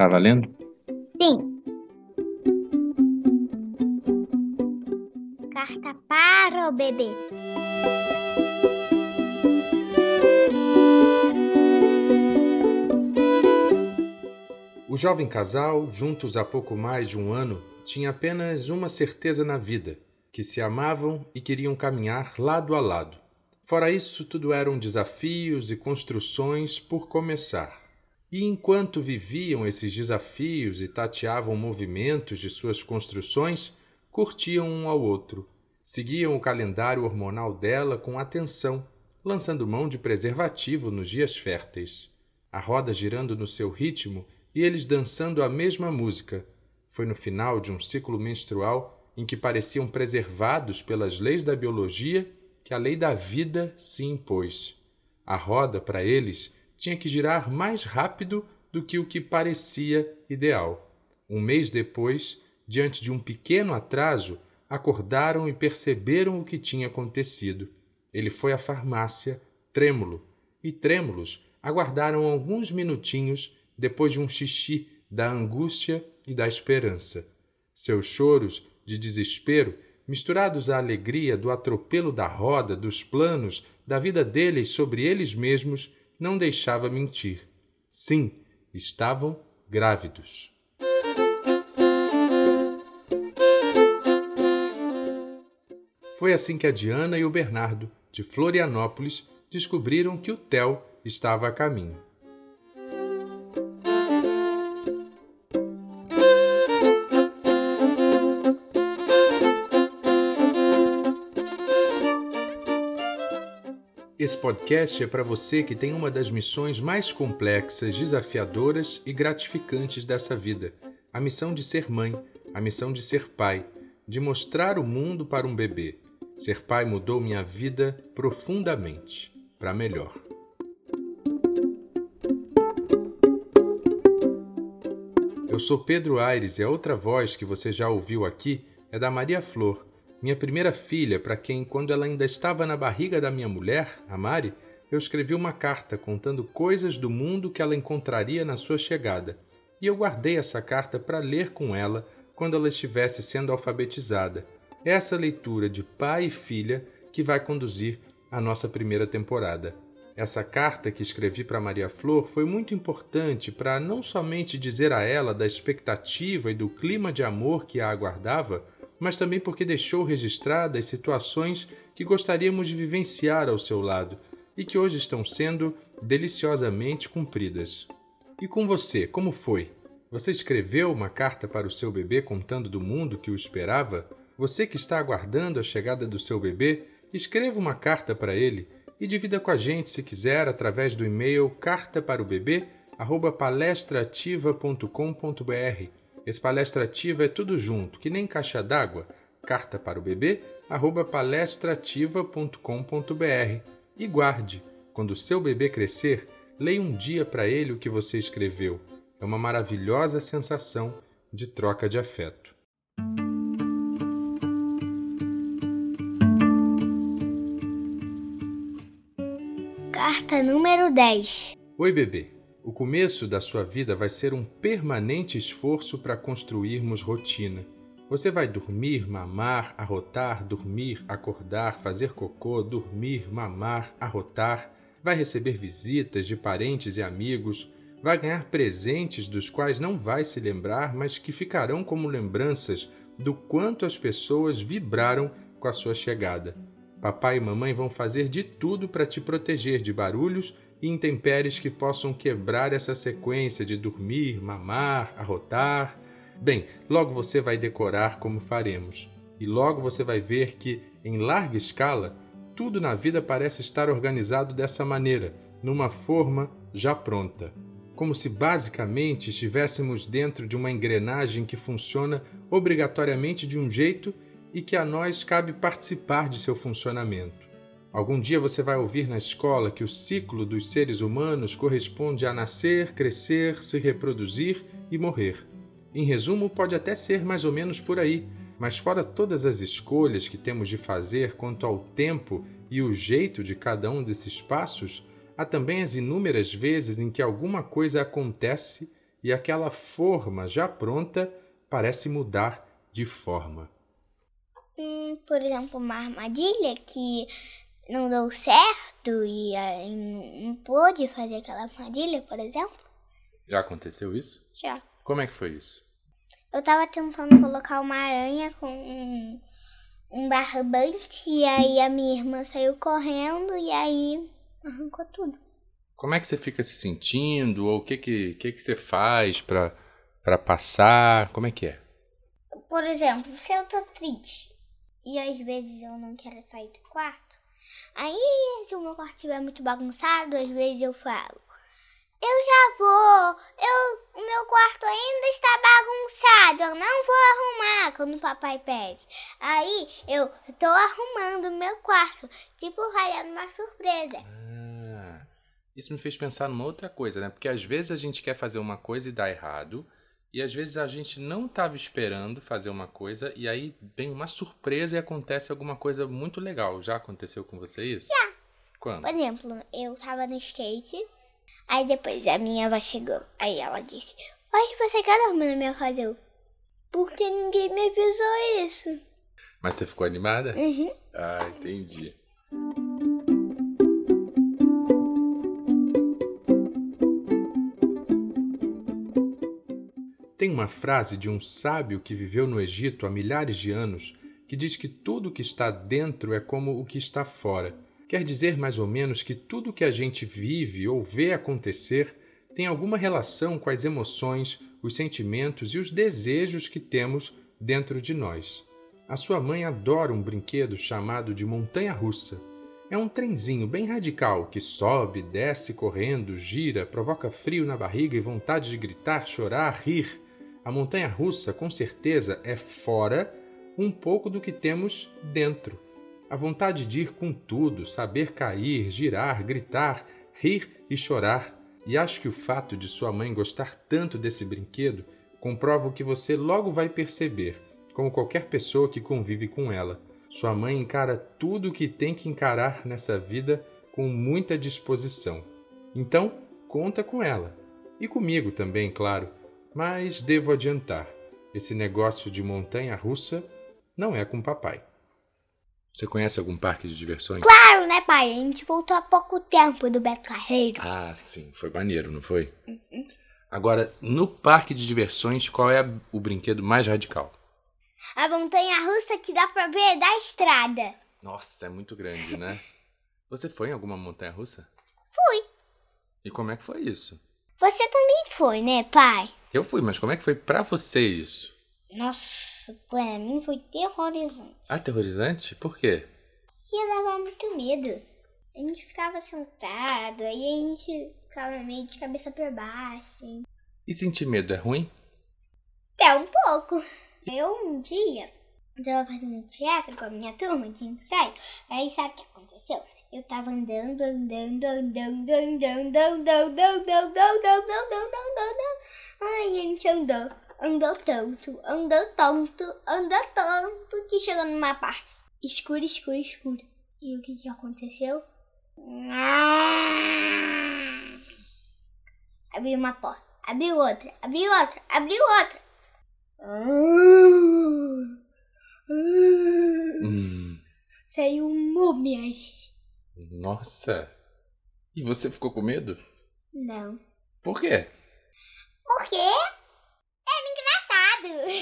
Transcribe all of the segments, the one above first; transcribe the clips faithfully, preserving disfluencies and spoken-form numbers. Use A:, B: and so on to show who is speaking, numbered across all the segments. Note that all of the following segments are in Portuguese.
A: Tá valendo?
B: Sim. Carta para o bebê.
C: O jovem casal, juntos há pouco mais de um ano, tinha apenas uma certeza na vida, que se amavam e queriam caminhar lado a lado. Fora isso, tudo eram desafios e construções por começar. E enquanto viviam esses desafios e tateavam movimentos de suas construções, curtiam um ao outro. Seguiam o calendário hormonal dela com atenção, lançando mão de preservativo nos dias férteis. A roda girando no seu ritmo e eles dançando a mesma música. Foi no final de um ciclo menstrual em que pareciam preservados pelas leis da biologia que a lei da vida se impôs. A roda, para eles, tinha que girar mais rápido do que o que parecia ideal. Um mês depois, diante de um pequeno atraso, acordaram e perceberam o que tinha acontecido. Ele foi à farmácia, trêmulo, e trêmulos aguardaram alguns minutinhos depois de um xixi da angústia e da esperança. Seus choros de desespero, misturados à alegria do atropelo da roda, dos planos, da vida deles sobre eles mesmos, não deixava mentir. Sim, estavam grávidos. Foi assim que a Diana e o Bernardo, de Florianópolis, descobriram que o Theo estava a caminho. Esse podcast é para você que tem uma das missões mais complexas, desafiadoras e gratificantes dessa vida. A missão de ser mãe, a missão de ser pai, de mostrar o mundo para um bebê. Ser pai mudou minha vida profundamente, para melhor. Eu sou Pedro Aires e a outra voz que você já ouviu aqui é da Maria Flor, minha primeira filha, para quem, quando ela ainda estava na barriga da minha mulher, a Mari, eu escrevi uma carta contando coisas do mundo que ela encontraria na sua chegada. E eu guardei essa carta para ler com ela quando ela estivesse sendo alfabetizada. É essa leitura de pai e filha que vai conduzir a nossa primeira temporada. Essa carta que escrevi para Maria Flor foi muito importante para não somente dizer a ela da expectativa e do clima de amor que a aguardava, mas também porque deixou registradas situações que gostaríamos de vivenciar ao seu lado e que hoje estão sendo deliciosamente cumpridas. E com você, como foi? Você escreveu uma carta para o seu bebê contando do mundo que o esperava? Você que está aguardando a chegada do seu bebê, escreva uma carta para ele e divida com a gente, se quiser, através do e-mail carta para o bebê arroba palestraativa ponto com ponto br. Esse Palestra Ativa é tudo junto, que nem caixa d'água. Carta para o bebê arroba palestraativa ponto com ponto br. E guarde. Quando o seu bebê crescer, leia um dia para ele o que você escreveu. É uma maravilhosa sensação de troca de afeto.
B: Carta número dez.
C: Oi, bebê. O começo da sua vida vai ser um permanente esforço para construirmos rotina. Você vai dormir, mamar, arrotar, dormir, acordar, fazer cocô, dormir, mamar, arrotar, vai receber visitas de parentes e amigos, vai ganhar presentes dos quais não vai se lembrar, mas que ficarão como lembranças do quanto as pessoas vibraram com a sua chegada. Papai e mamãe vão fazer de tudo para te proteger de barulhos e intempéries que possam quebrar essa sequência de dormir, mamar, arrotar. Bem, logo você vai decorar como faremos. E logo você vai ver que, em larga escala, tudo na vida parece estar organizado dessa maneira, numa forma já pronta. Como se basicamente estivéssemos dentro de uma engrenagem que funciona obrigatoriamente de um jeito e que a nós cabe participar de seu funcionamento. Algum dia você vai ouvir na escola que o ciclo dos seres humanos corresponde a nascer, crescer, se reproduzir e morrer. Em resumo, pode até ser mais ou menos por aí, mas fora todas as escolhas que temos de fazer quanto ao tempo e o jeito de cada um desses passos, há também as inúmeras vezes em que alguma coisa acontece e aquela forma já pronta parece mudar de forma.
B: Hum, por exemplo, uma armadilha que não deu certo e aí não pôde fazer aquela armadilha, por exemplo.
C: Já aconteceu isso?
B: Já.
C: Como é que foi isso?
B: Eu tava tentando colocar uma aranha com um, um barbante e aí a minha irmã saiu correndo e aí arrancou tudo.
C: Como é que você fica se sentindo? Ou o que que, que, que você faz pra, pra passar? Como é que é?
B: Por exemplo, se eu tô triste e às vezes eu não quero sair do quarto, aí se o meu quarto estiver muito bagunçado, às vezes eu falo, eu já vou, eu, o meu quarto ainda está bagunçado, eu não vou arrumar quando o papai pede. Aí eu tô arrumando o meu quarto, tipo fazendo uma surpresa.
C: Ah, isso me fez pensar numa outra coisa, né? Porque às vezes a gente quer fazer uma coisa e dá errado, e às vezes a gente não estava esperando fazer uma coisa, e aí vem uma surpresa e acontece alguma coisa muito legal. Já aconteceu com você isso?
B: Já.
C: Quando?
B: Por exemplo, eu tava no skate, aí depois a minha avó chegou, aí ela disse, hoje você quer dormir na minha casa? Eu, porque ninguém me avisou isso.
C: Mas você ficou animada?
B: Uhum.
C: Ah, entendi. Tem uma frase de um sábio que viveu no Egito há milhares de anos que diz que tudo que está dentro é como o que está fora. Quer dizer mais ou menos que tudo que a gente vive ou vê acontecer tem alguma relação com as emoções, os sentimentos e os desejos que temos dentro de nós. A sua mãe adora um brinquedo chamado de montanha-russa. É um trenzinho bem radical que sobe, desce correndo, gira, provoca frio na barriga e vontade de gritar, chorar, rir. A montanha-russa, com certeza, é fora um pouco do que temos dentro. A vontade de ir com tudo, saber cair, girar, gritar, rir e chorar. E acho que o fato de sua mãe gostar tanto desse brinquedo comprova o que você logo vai perceber, como qualquer pessoa que convive com ela. Sua mãe encara tudo o que tem que encarar nessa vida com muita disposição. Então, conta com ela. E comigo também, claro. Mas devo adiantar, esse negócio de montanha-russa não é com papai. Você conhece algum parque de diversões?
B: Claro, né, pai? A gente voltou há pouco tempo do Beto Carreiro.
C: Ah, sim. Foi maneiro, não foi? Uhum. Agora, no parque de diversões, qual é o brinquedo mais radical?
B: A montanha-russa que dá pra ver da estrada.
C: Nossa, é muito grande, né? Você foi em alguma montanha-russa?
B: Fui.
C: E como é que foi isso?
B: Você também foi, né, pai?
C: Eu fui, mas como é que foi pra você isso?
B: Nossa, pra mim foi terrorizante.
C: Aterrorizante? Por quê?
B: Porque dava muito medo. A gente ficava sentado, aí a gente ficava meio de cabeça pra baixo.
C: E sentir medo é ruim?
B: É um pouco. Eu um dia tava fazendo teatro com a minha turma de ensaio. Aí sabe o que aconteceu? Eu tava andando, andando, andando, andando, andando, andando, andando, andando, andando, andando. Ai, a gente andou, andou tanto, andou tanto, andou tanto, que chegou numa parte escura, escura, escura. E o que que aconteceu? Abriu uma porta, abriu outra, abriu outra, abriu outra.
C: Hum.
B: Saiu múmias.
C: Nossa! E você ficou com medo?
B: Não.
C: Por quê?
B: Porque era engraçado.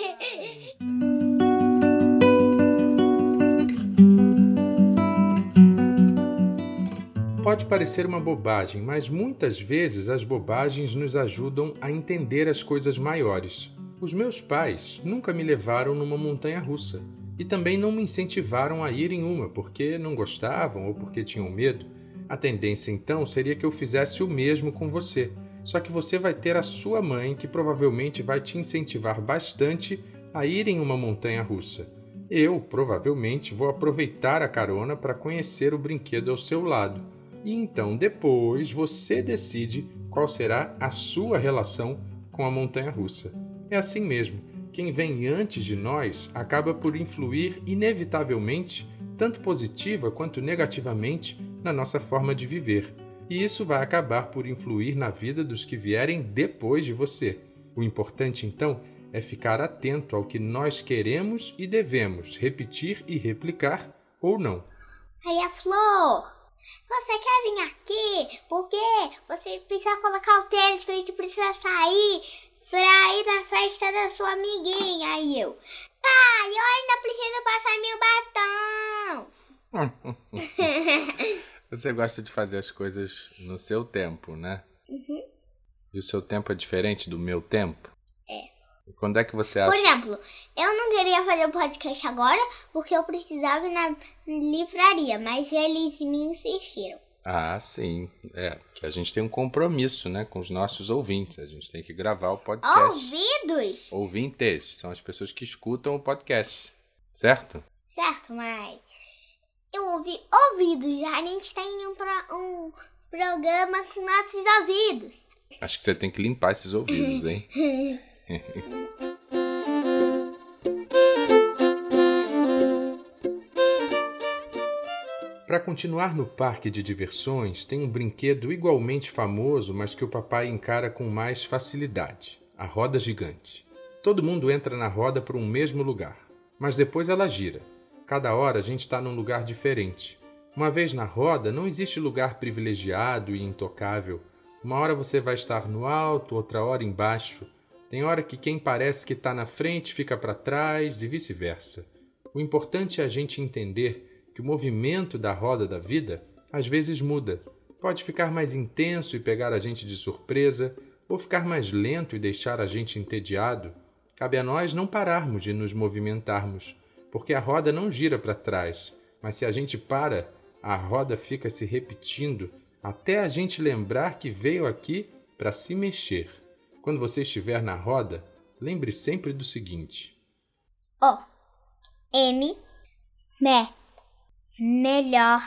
C: Pode parecer uma bobagem, mas muitas vezes as bobagens nos ajudam a entender as coisas maiores. Os meus pais nunca me levaram numa montanha-russa e também não me incentivaram a ir em uma porque não gostavam ou porque tinham medo. A tendência então seria que eu fizesse o mesmo com você, só que você vai ter a sua mãe que provavelmente vai te incentivar bastante a ir em uma montanha-russa. Eu provavelmente vou aproveitar a carona para conhecer o brinquedo ao seu lado. E então depois você decide qual será a sua relação com a montanha-russa. É assim mesmo. Quem vem antes de nós acaba por influir inevitavelmente, tanto positiva quanto negativamente, na nossa forma de viver. E isso vai acabar por influir na vida dos que vierem depois de você. O importante, então, é ficar atento ao que nós queremos e devemos repetir e replicar ou não.
B: Maria Flor, você quer vir aqui? Porque você precisa colocar o tênis, porque você precisa sair pra ir na festa da sua amiguinha. Aí eu, pai, eu ainda preciso passar meu batom.
C: Você gosta de fazer as coisas no seu tempo, né?
B: Uhum.
C: E o seu tempo é diferente do meu tempo?
B: É.
C: E quando é que você acha...
B: Por exemplo, eu não queria fazer o podcast agora porque eu precisava ir na livraria, mas eles me insistiram.
C: Ah, sim. É, que a gente tem um compromisso, né, com os nossos ouvintes. A gente tem que gravar o podcast.
B: Ouvidos?
C: Ouvintes. São as pessoas que escutam o podcast. Certo?
B: Certo, mas eu ouvi ouvidos. A gente tem um, pro, um programa com nossos ouvidos.
C: Acho que você tem que limpar esses ouvidos, hein? Para continuar no parque de diversões, tem um brinquedo igualmente famoso, mas que o papai encara com mais facilidade: a roda gigante. Todo mundo entra na roda por um mesmo lugar, mas depois ela gira. Cada hora a gente está num lugar diferente. Uma vez na roda, não existe lugar privilegiado e intocável. Uma hora você vai estar no alto, outra hora embaixo. Tem hora que quem parece que está na frente fica para trás e vice-versa. O importante é a gente entender que o movimento da roda da vida às vezes muda. Pode ficar mais intenso e pegar a gente de surpresa, ou ficar mais lento e deixar a gente entediado. Cabe a nós não pararmos de nos movimentarmos, porque a roda não gira para trás, mas se a gente para, a roda fica se repetindo até a gente lembrar que veio aqui para se mexer. Quando você estiver na roda, lembre sempre do seguinte:
B: O, M, me, melhor,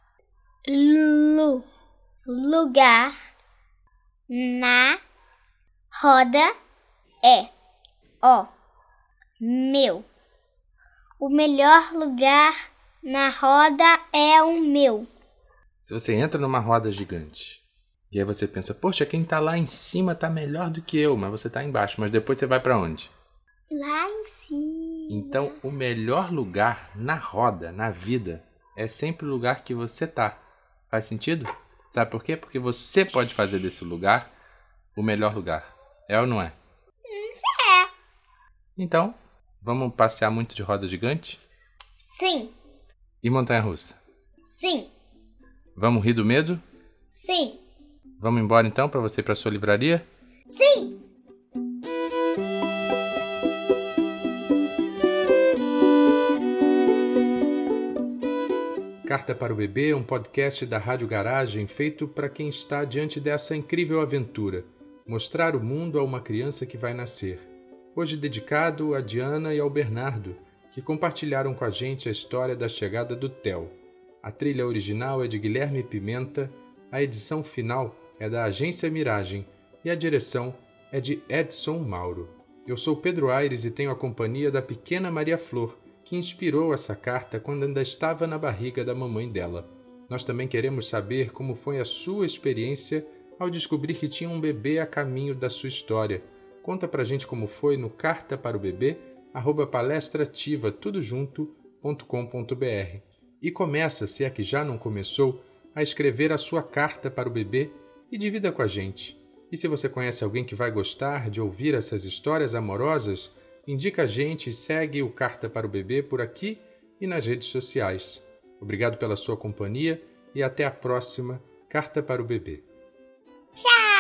B: lu, lugar, na, roda, é, ó, meu. O melhor lugar na roda é o meu.
C: Se você entra numa roda gigante e aí você pensa, poxa, quem tá lá em cima tá melhor do que eu, mas você tá embaixo, mas depois você vai para onde?
B: Lá em cima.
C: Então, o melhor lugar na roda, na vida, é sempre o lugar que você tá. Faz sentido? Sabe por quê? Porque você pode fazer desse lugar o melhor lugar. É ou não é?
B: É.
C: Então, vamos passear muito de roda gigante?
B: Sim.
C: E montanha-russa?
B: Sim.
C: Vamos rir do medo?
B: Sim.
C: Vamos embora então para você ir para sua livraria?
B: Sim.
C: Carta para o Bebê é um podcast da Rádio Garagem feito para quem está diante dessa incrível aventura: mostrar o mundo a uma criança que vai nascer. Hoje dedicado a Diana e ao Bernardo, que compartilharam com a gente a história da chegada do Theo. A trilha original é de Guilherme Pimenta, a edição final é da Agência Miragem e a direção é de Edson Mauro. Eu sou Pedro Aires e tenho a companhia da pequena Maria Flor, que inspirou essa carta quando ainda estava na barriga da mamãe dela. Nós também queremos saber como foi a sua experiência ao descobrir que tinha um bebê a caminho da sua história. Conta pra gente como foi no carta para o bebê arroba palestraativa tudo junto ponto com ponto br. E começa, se é que já não começou, a escrever a sua carta para o bebê e divida com a gente. E se você conhece alguém que vai gostar de ouvir essas histórias amorosas, indica a gente e segue o Carta para o Bebê por aqui e nas redes sociais. Obrigado pela sua companhia e até a próxima Carta para o Bebê.
B: Tchau!